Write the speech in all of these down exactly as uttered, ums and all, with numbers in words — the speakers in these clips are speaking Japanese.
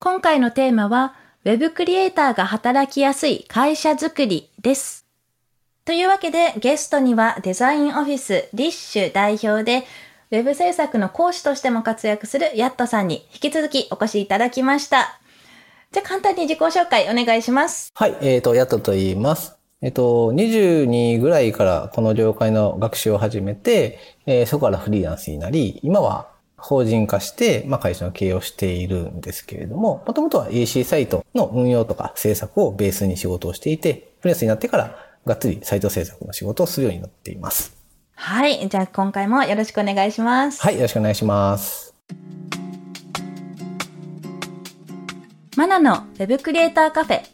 今回のテーマは、ウェブクリエイターが働きやすい会社づくりです。というわけで、ゲストにはデザインオフィスリッシュ代表で、ウェブ制作の講師としても活躍するヤットさんに引き続きお越しいただきました。じゃあ簡単に自己紹介お願いします。 はい、えっと、ヤットと言います。えっと、にじゅうにぐらいからこの業界の学習を始めて、えー、そこからフリーランスになり、今は法人化して、まあ、会社の経営をしているんですけれども、もともとは イーシー サイトの運用とか制作をベースに仕事をしていて、フリーランスになってからがっつりサイト制作の仕事をするようになっています。 はい、じゃあ今回もよろしくお願いします。 はい、よろしくお願いします。 マナのウェブクリエイターカフェ。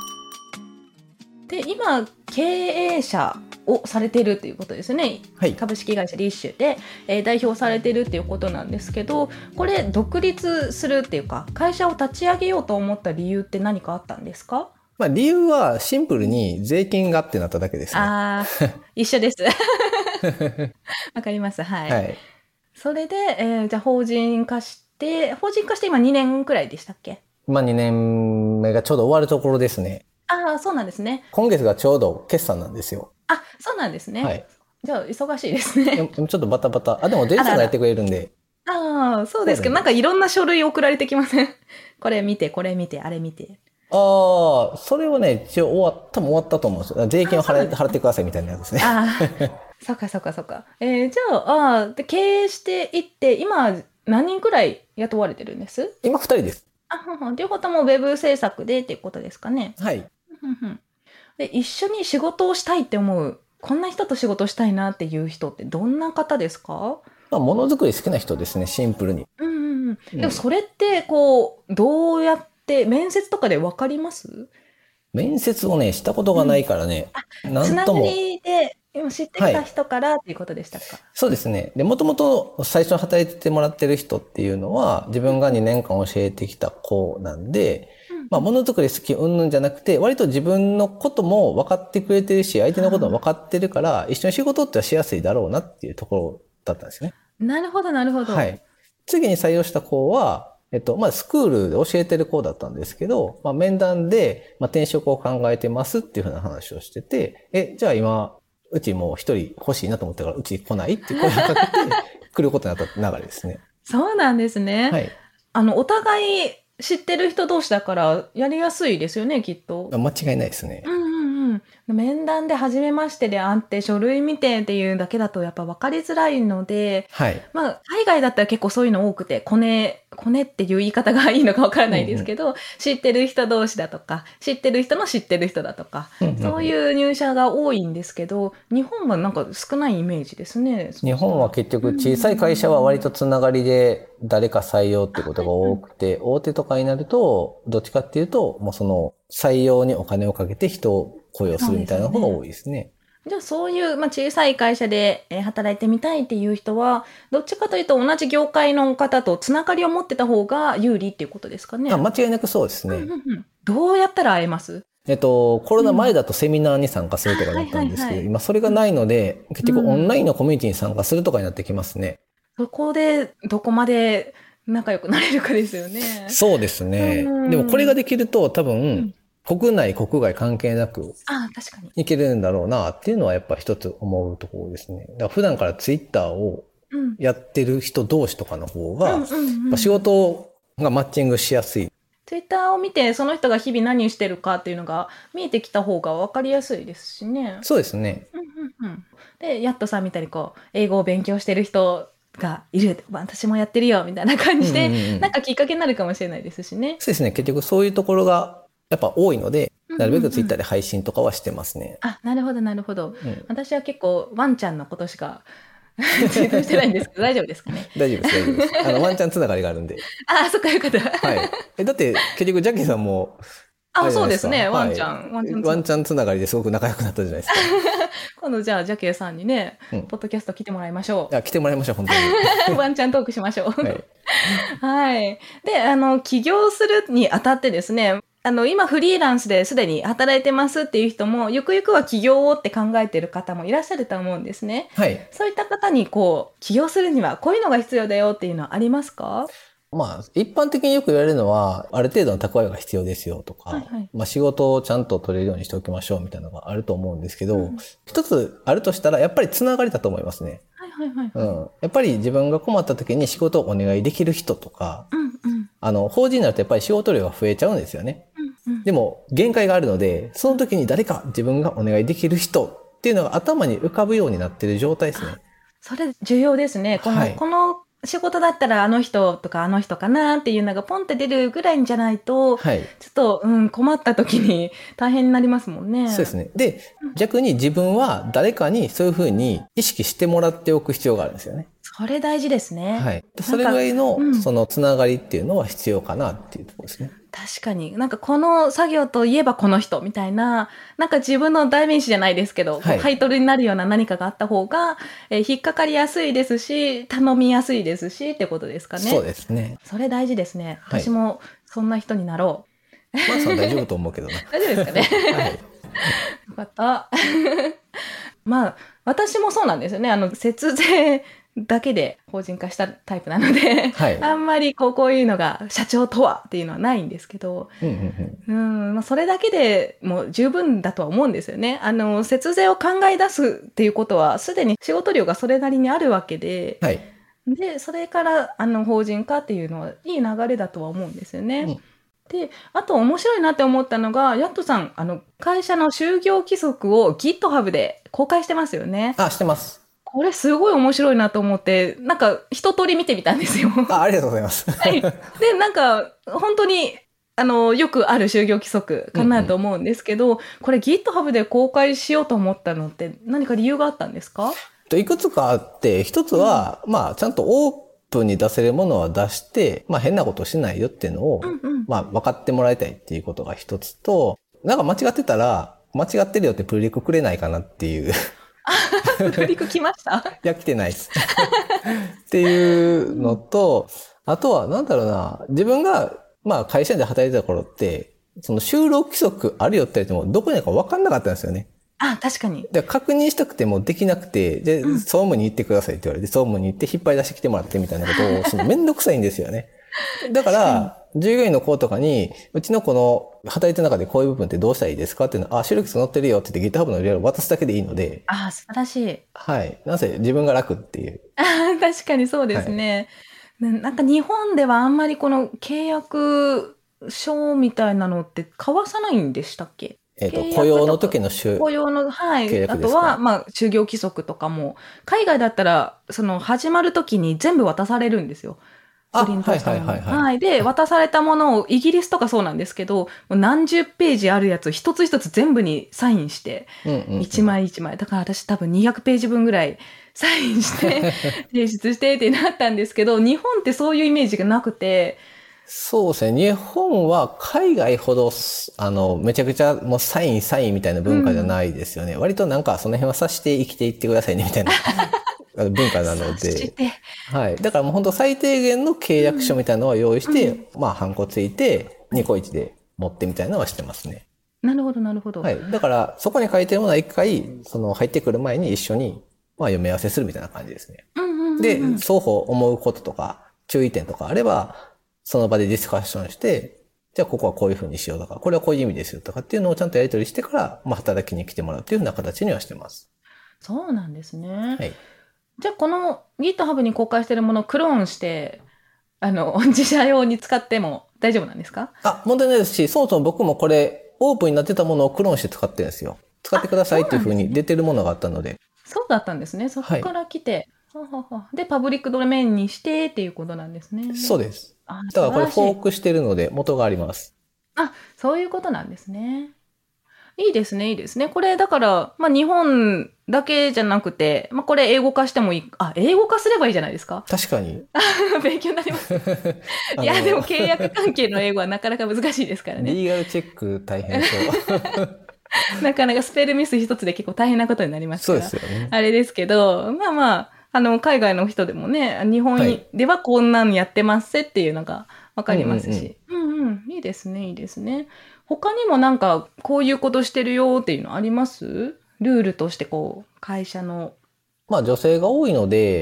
で、今、経営者をされているということですね。 はい。 株式会社リッシュで、えー、代表されているっていうことなんですけど、これ独立するっていうか、会社を立ち上げようと思った理由って何かあったんですか？ まあ理由はシンプルに税金がってなっただけですね。 ああ、一緒です。わかります。はい。はい、それで、えー、じゃあ法人化して、法人化して今にねんくらいでしたっけ？ 今にねんめがちょうど終わるところですね。 ああ、そうなんですね。 今月がちょうど決算なんですよ。 あ、そうなんですね。 はい。 じゃあ忙しいですね。 ちょっとバタバタ。あ、でもデイさんがやってくれるんで。 ああ、そうですけど、なんかいろんな書類送られてきません？これ見て、これ見て、あれ見て。 ああ、それはね、一応終わったも終わったと思うんですよ。税金を払って、払ってくださいみたいなやつですね。ああ、そっかそっかそっか。えー、じゃあ、あで経営していって、今何人くらい雇われてるんです？ 今ふたりです。 あ、ほんほん。両方ともウェブ制作でっていうことですかね。 はい。 ふんふん。で、一緒に仕事をしたいって思う、こんな人と仕事したいなっていう人ってどんな方ですか？ まあ、ものづくり好きな人ですね、シンプルに。 うんうんうん。でもそれって、こう、どうやって、面接とかで分かります？ 面接をね、したことがないからね、 うん、あ、つながりで、今知ってきた人からっていうことでしたか？はい、 そうですね。で、もともと最初に働いてもらってる人っていうのは、自分がにねんかん教えてきた子なんで、うん、まあ、ものづくり好きうんぬんじゃなくて、割と自分のことも分かってくれてるし、相手のことも分かってるから、一緒に仕事ってしやすいだろうなっていうところだったんですね。 なるほど、なるほど。 はい。次に採用した子は、えっと、まあ、スクールで教えてる子だったんですけど、まあ、面談で、まあ、転職を考えてますっていうふうな話をしてて、え、じゃあ今、うちもう一人欲しいなと思ったから、うち来ないって声をかけて、来ることになった流れですね。 そうなんですね。はい。あの、お互い知ってる人同士だから、やりやすいですよね、きっと。 間違いないですね。 うんうんうん。面談で初めましてであって、書類見てっていうだけだとやっぱ分かりづらいので、はい。まあ、海外だったら結構そういうの多くて、コネ、コネっていう言い方がいいのか分からないですけど、うんうん、知ってる人同士だとか、知ってる人の知ってる人だとか、うんうんうん、そういう入社が多いんですけど、日本はなんか少ないイメージですね。 日本は結局小さい会社は割とつながりで誰か採用ってことが多くて、うん、大手とかになると、どっちかっていうと、もうその採用にお金をかけて人を雇用するみたいな方が多いですね。 じゃあそういう、まあ、小さい会社で働いてみたいっていう人は、どっちかというと同じ業界の方とつながりを持ってた方が有利っていうことですかね。 あ、間違いなくそうですね。 うんうんうん、どうやったら会えます？ えっと、コロナ前だとセミナーに参加するとかだったんですけど、今それがないので、結局オンラインのコミュニティに参加するとかになってきますね。 そこでどこまで仲良くなれるかですよね。 そうですね。でもこれができると多分、うん国内、国外関係なく、 ああ、確かに。 いけるんだろうなっていうのはやっぱ一つ思うところですね。だから普段からツイッターをやってる人同士とかの方が、仕事がマッチングしやすい。 ツイッターを見てその人が日々何してるかっていうのが見えてきた方が分かりやすいですしね。 そうですね。 うんうんうん、で、やっとさんみたいにこう、英語を勉強してる人がいる、私もやってるよみたいな感じで、うんうんうん、なんかきっかけになるかもしれないですしね。 そうですね。結局そういうところがやっぱ多いので、なるべくツイッターで配信とかはしてますね。うんうんうん、 あ、なるほどなるほど、うん。私は結構ワンちゃんのことしかツイートしてないんですけど大丈夫ですかね？ 大丈夫です大丈夫です。あのワンちゃんつながりがあるんで。 あ、そっかよかった。 はい。えだって結局ジャッキーさんもあ、そうですね。ワンちゃん、はい、ワンちゃんつながりですごく仲良くなったじゃないですか。 今度じゃあジャケイさんにね、うん、ポッドキャスト来てもらいましょう。 あ、来てもらいましょう本当に。 ワンちゃんトークしましょう。はい。はい。で、あの起業するにあたってですね、あの今フリーランスですでに働いてますっていう人も、ゆくゆくは起業をって考えてる方もいらっしゃると思うんですね。はい。そういった方にこう起業するにはこういうのが必要だよっていうのはありますか？ まあ、一般的によく言われるのは、ある程度の蓄えが必要ですよとか、はいはい、まあ仕事をちゃんと取れるようにしておきましょうみたいなのがあると思うんですけど、うん、一つあるとしたら、やっぱりつながりだと思いますね。 はいはいはい、 はい、うん。やっぱり自分が困った時に仕事をお願いできる人とか、うんうん、あの、法人になるとやっぱり仕事量が増えちゃうんですよね。うんうん、でも、限界があるので、その時に誰か自分がお願いできる人っていうのが頭に浮かぶようになってる状態ですね。 それ重要ですね。この、はい、この仕事だったらあの人とかあの人かなっていうのがポンって出るぐらいじゃないと、はい、ちょっと、うん、困った時に大変になりますもんね。 そうですね。で、逆に自分は誰かにそういうふうに意識してもらっておく必要があるんですよね。 それ大事ですね。 はい。それぐらいの、うん、そのつながりっていうのは必要かなっていうところですね。 確かに。なんかこの作業といえばこの人みたいな、なんか自分の代名詞じゃないですけど、はい、タイトルになるような何かがあった方が、えー、引っかかりやすいですし、頼みやすいですしってことですかね。 そうですね。 それ大事ですね。私もそんな人になろう。はい、まあ、それ大丈夫と思うけどな。 大丈夫ですかね。はい。よかった。まあ、私もそうなんですよね。あの、節税だけで法人化したタイプなので、はい、あんまりこう、こういうのが社長とはっていうのはないんですけど、うんうんうん、うん、まあ、それだけでもう十分だとは思うんですよね。あの、節税を考え出すっていうことは、すでに仕事量がそれなりにあるわけで、はい、で、それからあの法人化っていうのはいい流れだとは思うんですよね。うん、で、あと面白いなって思ったのが、ヤットさん、あの、会社の就業規則を GitHub で公開してますよね。 あ、してます。 これすごい面白いなと思って、なんか一通り見てみたんですよ。 あ、ありがとうございます。 はい。で、なんか、本当に、あの、よくある就業規則かなと思うんですけど、うんうん、これ GitHub で公開しようと思ったのって何か理由があったんですか？ いくつかあって、一つは、うん、まあ、ちゃんとオープンに出せるものは出して、まあ変なことしないよっていうのを、うんうん、まあ分かってもらいたいっていうことが一つと、なんか間違ってたら、間違ってるよってプルリクくれないかなっていう。 プルリク来ました？ いや、来てないです。っていうのと、あとはなんだろうな、自分が、まあ会社で働いてた頃って、その就労規則あるよって言われても、どこにあるか分かんなかったんですよね。 あ、確かに。 で確認したくてもできなくて、で、うん、総務に行ってくださいって言われて、総務に行って引っ張り出してきてもらってみたいなことを、そのめんどくさいんですよね。だから、従業員の子とかに、うちの子の働いてる中でこういう部分ってどうしたらいいですかっていうのは、あ、就労規則載ってるよって言って GitHub のリアルを渡すだけでいいので。 あ、素晴らしい。 はい。なぜ自分が楽っていう。 あ、確かにそうですね。はい、なんか日本ではあんまりこの契約書みたいなのって交わさないんでしたっけ？ えっと、雇用の時の就、 雇用の、はい。あとは、まあ、就業規則とかも、海外だったら、その、始まる時に全部渡されるんですよ。 あ、はいはいはいはい。 はい。で、渡されたものを、イギリスとかそうなんですけど、もう何十ページあるやつ、一つ一つ全部にサインして、一枚一枚。だから私多分にひゃくページ分ぐらいサインして、提出してってなったんですけど、日本ってそういうイメージがなくて、 そうですね。日本は海外ほど、あの、めちゃくちゃもうサイン、サインみたいな文化じゃないですよね。うん、割となんかその辺はさして生きていってくださいねみたいな文化なので。はい。だからもう本当最低限の契約書みたいなのは用意して、うん、まあ、ハンコついて、ニコイチで持ってみたいなのはしてますね。 なるほど、なるほど。 はい。だから、そこに書いてるものは一回、その入ってくる前に一緒に、まあ、読み合わせするみたいな感じですね。うんうんうんうん、で、双方思うこととか、注意点とかあれば、その場でディスカッションして、じゃあここはこういうふうにしようとか、これはこういう意味ですよとかっていうのをちゃんとやり取りしてから、まあ、働きに来てもらうというふうな形にはしてます。 そうなんですね。はい。じゃあこの GitHub に公開しているものをクローンして、あの、自社用に使っても大丈夫なんですか？ あ、問題ないですし、そもそも僕もこれ、オープンになってたものをクローンして使ってるんですよ。使ってくださいっていうふうに出てるものがあったので。 そうだったんですね。そこから来て。はい、はははで、パブリックドメインにしてっていうことなんですね。 そうです。あ、だからこれフォークしてるので元があります。 あ、そういうことなんですね。いいですね、いいですね。これだから、まあ日本だけじゃなくて、まあこれ英語化してもいい。あ、英語化すればいいじゃないですか。 確かに。 勉強になります。いや、でも契約関係の英語はなかなか難しいですからね。 リーガルチェック大変そう。 なかなかスペルミス一つで結構大変なことになりますから。 そうですよね。 あれですけど、まあまあ、あの、海外の人でもね、日本ではこんなんやってますっていうのがわかりますし。うんうんうん。いいですね、いいですね。他にもなんか、こういうことしてるよっていうのあります？ルールとしてこう、会社の。 まあ女性が多いので、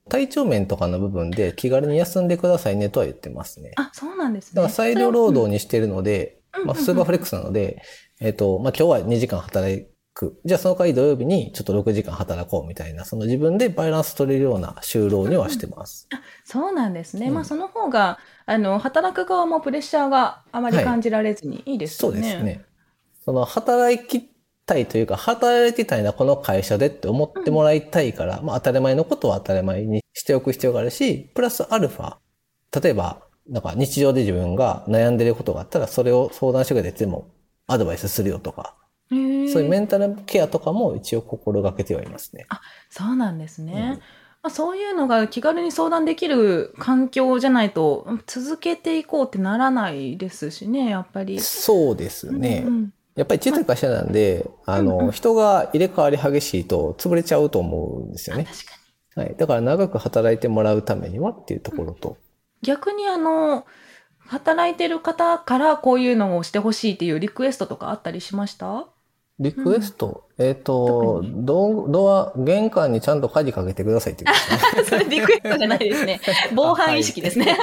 体調面とかの部分で気軽に休んでくださいねとは言ってますね。 あ、そうなんですね。 だから裁量労働にしてるので、まあ、スーパーフレックスなので、えっと、まあ、今日はにじかん働く。じゃあその代わり土曜日にちょっとろくじかん働こうみたいな、その自分でバランス取れるような就労にはしてます。 うんうん、あ、そうなんですね。 うん、 まあその方が、あの、働く側もプレッシャーがあまり感じられずにいいですよね。はい、 そうですね。その働きたいというか、働いてたいな、この会社でって思ってもらいたいから、うん、まあ当たり前のことは当たり前にしておく必要があるし、プラスアルファ、例えば、なんか日常で自分が悩んでることがあったら、それを相談してくれていつもアドバイスするよとか、そういうメンタルケアとかも一応心がけてはいますね。 あ、そうなんですね。うん、まあ、そういうのが気軽に相談できる環境じゃないと続けていこうってならないですしね、やっぱり。 そうですね。うんうん、やっぱり小さい会社なんで、まあ、あの、うんうん、人が入れ替わり激しいと潰れちゃうと思うんですよね。 確かに。はい。だから長く働いてもらうためにはっていうところと。うん、 逆にあの、働いてる方からこういうのをしてほしいっていうリクエストとかあったりしました？ リクエスト、うん、えっ、ー、と、ド、ドア、玄関にちゃんと鍵かけてくださいって言うんですね。それリクエストじゃないですね。防犯意識ですね。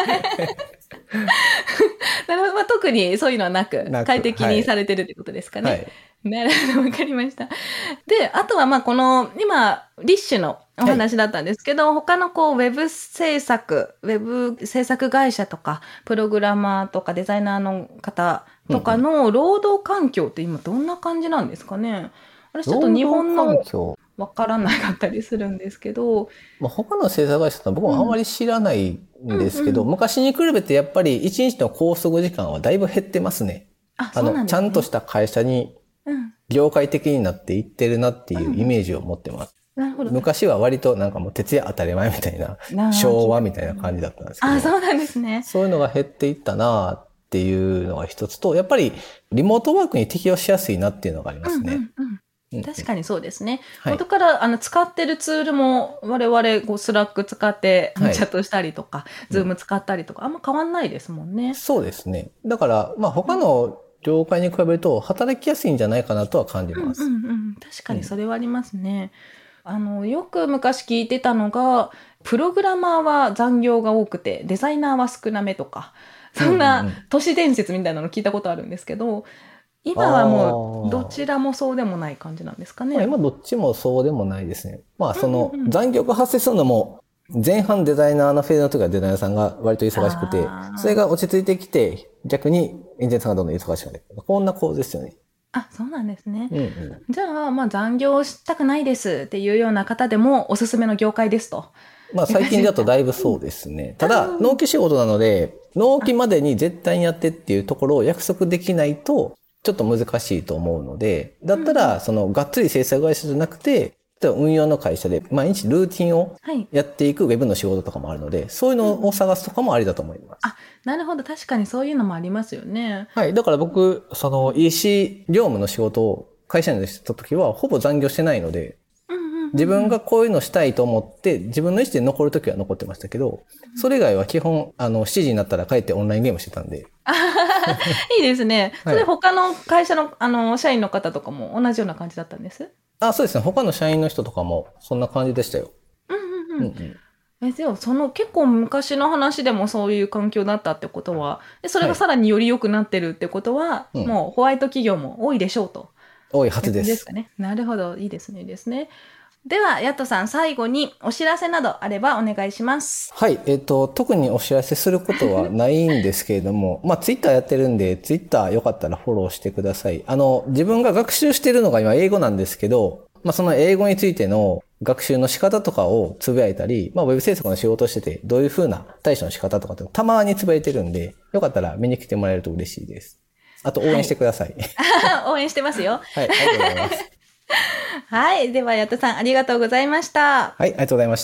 なるほど、まあ、特にそういうのはなく、快適にされてるってことですかね。はい、なるほど、わかりました。で、あとはまあこの、今、リッシュのお話だったんですけど、はい、他のこう、ウェブ制作、ウェブ制作会社とか、プログラマーとかデザイナーの方とかの労働環境って今どんな感じなんですかね。私ちょっと日本のわからなかったりするんですけど。 まあ、他の制作会社って僕もあんまり知らないんですけど、うんうんうん、昔に比べてやっぱり一日の拘束時間はだいぶ減ってますね。 あ、そうなんですね。 あの、ちゃんとした会社に業界的になっていってるなっていうイメージを持ってます。うんうん、なるほど。昔は割となんかもう徹夜当たり前みたいな、昭和みたいな感じだったんですけど。 あ、そうなんですね。 そういうのが減っていったなっていうのが一つと、やっぱりリモートワークに適用しやすいなっていうのがありますね。 うんうんうん、確かにそうですね。はい、元からあの使ってるツールも我々こうスラック使ってチャットしたりとか、はい、ズーム使ったりとかあんま変わんないですもんね。 そうですね。だからまあ他の業界に比べると働きやすいんじゃないかなとは感じます。 うんうんうん、確かにそれはありますね。うん、あのよく昔聞いてたのがプログラマーは残業が多くてデザイナーは少なめとかそんな都市伝説みたいなの聞いたことあるんですけど。今はもうどちらもそうでもない感じなんですかね。 まあ、今どっちもそうでもないですね。まあその残業が発生するのも前半デザイナーのフェーズの時はデザイナーさんが割と忙しくて、それが落ち着いてきて逆にエンジニアさんがどんどん忙しくなる。こんな構図ですよね。 あ、そうなんですね。 うんうん、 じゃあまあ残業したくないですっていうような方でもおすすめの業界ですと。 まあ最近だとだいぶそうですね。ただ納期仕事なので納期までに絶対にやってっていうところを約束できないとちょっと難しいと思うので、だったら、その、がっつり制作会社じゃなくて、例えば運用の会社で毎日ルーティンをやっていくウェブの仕事とかもあるので、はい、そういうのを探すとかもありだと思います。 あ、なるほど。確かにそういうのもありますよね。 はい。だから僕、その イーシー 業務の仕事を会社員でしてた時は、ほぼ残業してないので、自分がこういうのしたいと思って、自分の意思で残るときは残ってましたけど、それ以外は基本、あの、しちじになったら帰ってオンラインゲームしてたんで。 いいですね。それ他の会社の、あの、社員の方とかも同じような感じだったんです？ あ、そうですね。他の社員の人とかもそんな感じでしたよ。 うんうんうん。うんうん、え、でもその結構昔の話でもそういう環境だったってことは、それがさらにより良くなってるってことは、はい、もうホワイト企業も多いでしょうと。 多いはずです。 ですかね。なるほど。いいですね。いいですね。では、ヤットさん、最後にお知らせなどあればお願いします。 はい。えっと、特にお知らせすることはないんですけれども、まあ、ツイッターやってるんで、ツイッターよかったらフォローしてください。あの、自分が学習してるのが今英語なんですけど、まあ、その英語についての学習の仕方とかをつぶやいたり、まあ、ウェブ制作の仕事をしてて、どういう風な対処の仕方とかってたまにつぶやいてるんで、よかったら見に来てもらえると嬉しいです。あと、応援してください。 はい、応援してますよ。 はい、ありがとうございます。 はい。では、ヤットさん、ありがとうございました。 はい、ありがとうございました。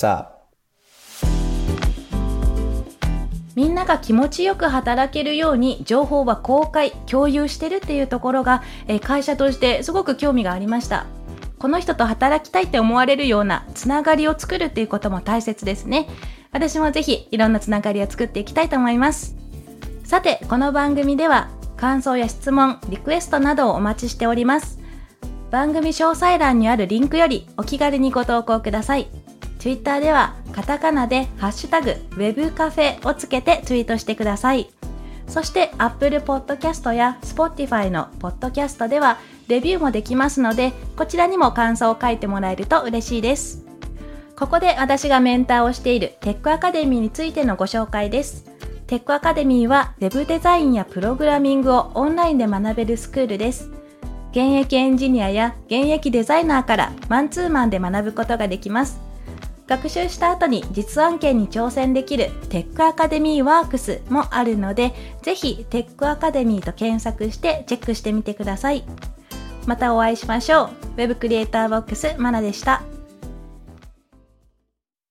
みんなが気持ちよく働けるように情報は公開、共有してるっていうところが、えー、会社としてすごく興味がありました。この人と働きたいって思われるようなつながりを作るっていうことも大切ですね。私もぜひいろんなつながりを作っていきたいと思います。さて、この番組では感想や質問、リクエストなどをお待ちしております。番組詳細欄にあるリンクよりお気軽にご投稿ください。Twitter ではカタカナでハッシュタグ ウェブカフェ をつけてツイートしてください。そして Apple Podcast や Spotify の Podcast ではレビューもできますので、こちらにも感想を書いてもらえると嬉しいです。ここで私がメンターをしているテックアカデミーについてのご紹介です。テックアカデミーは Web デザインやプログラミングをオンラインで学べるスクールです。現役エンジニアや現役デザイナーからマンツーマンで学ぶことができます。学習した後に実案件に挑戦できるテックアカデミーワークスもあるので、ぜひテックアカデミーと検索してチェックしてみてください。またお会いしましょう。ウェブクリエイターボックスマナでした。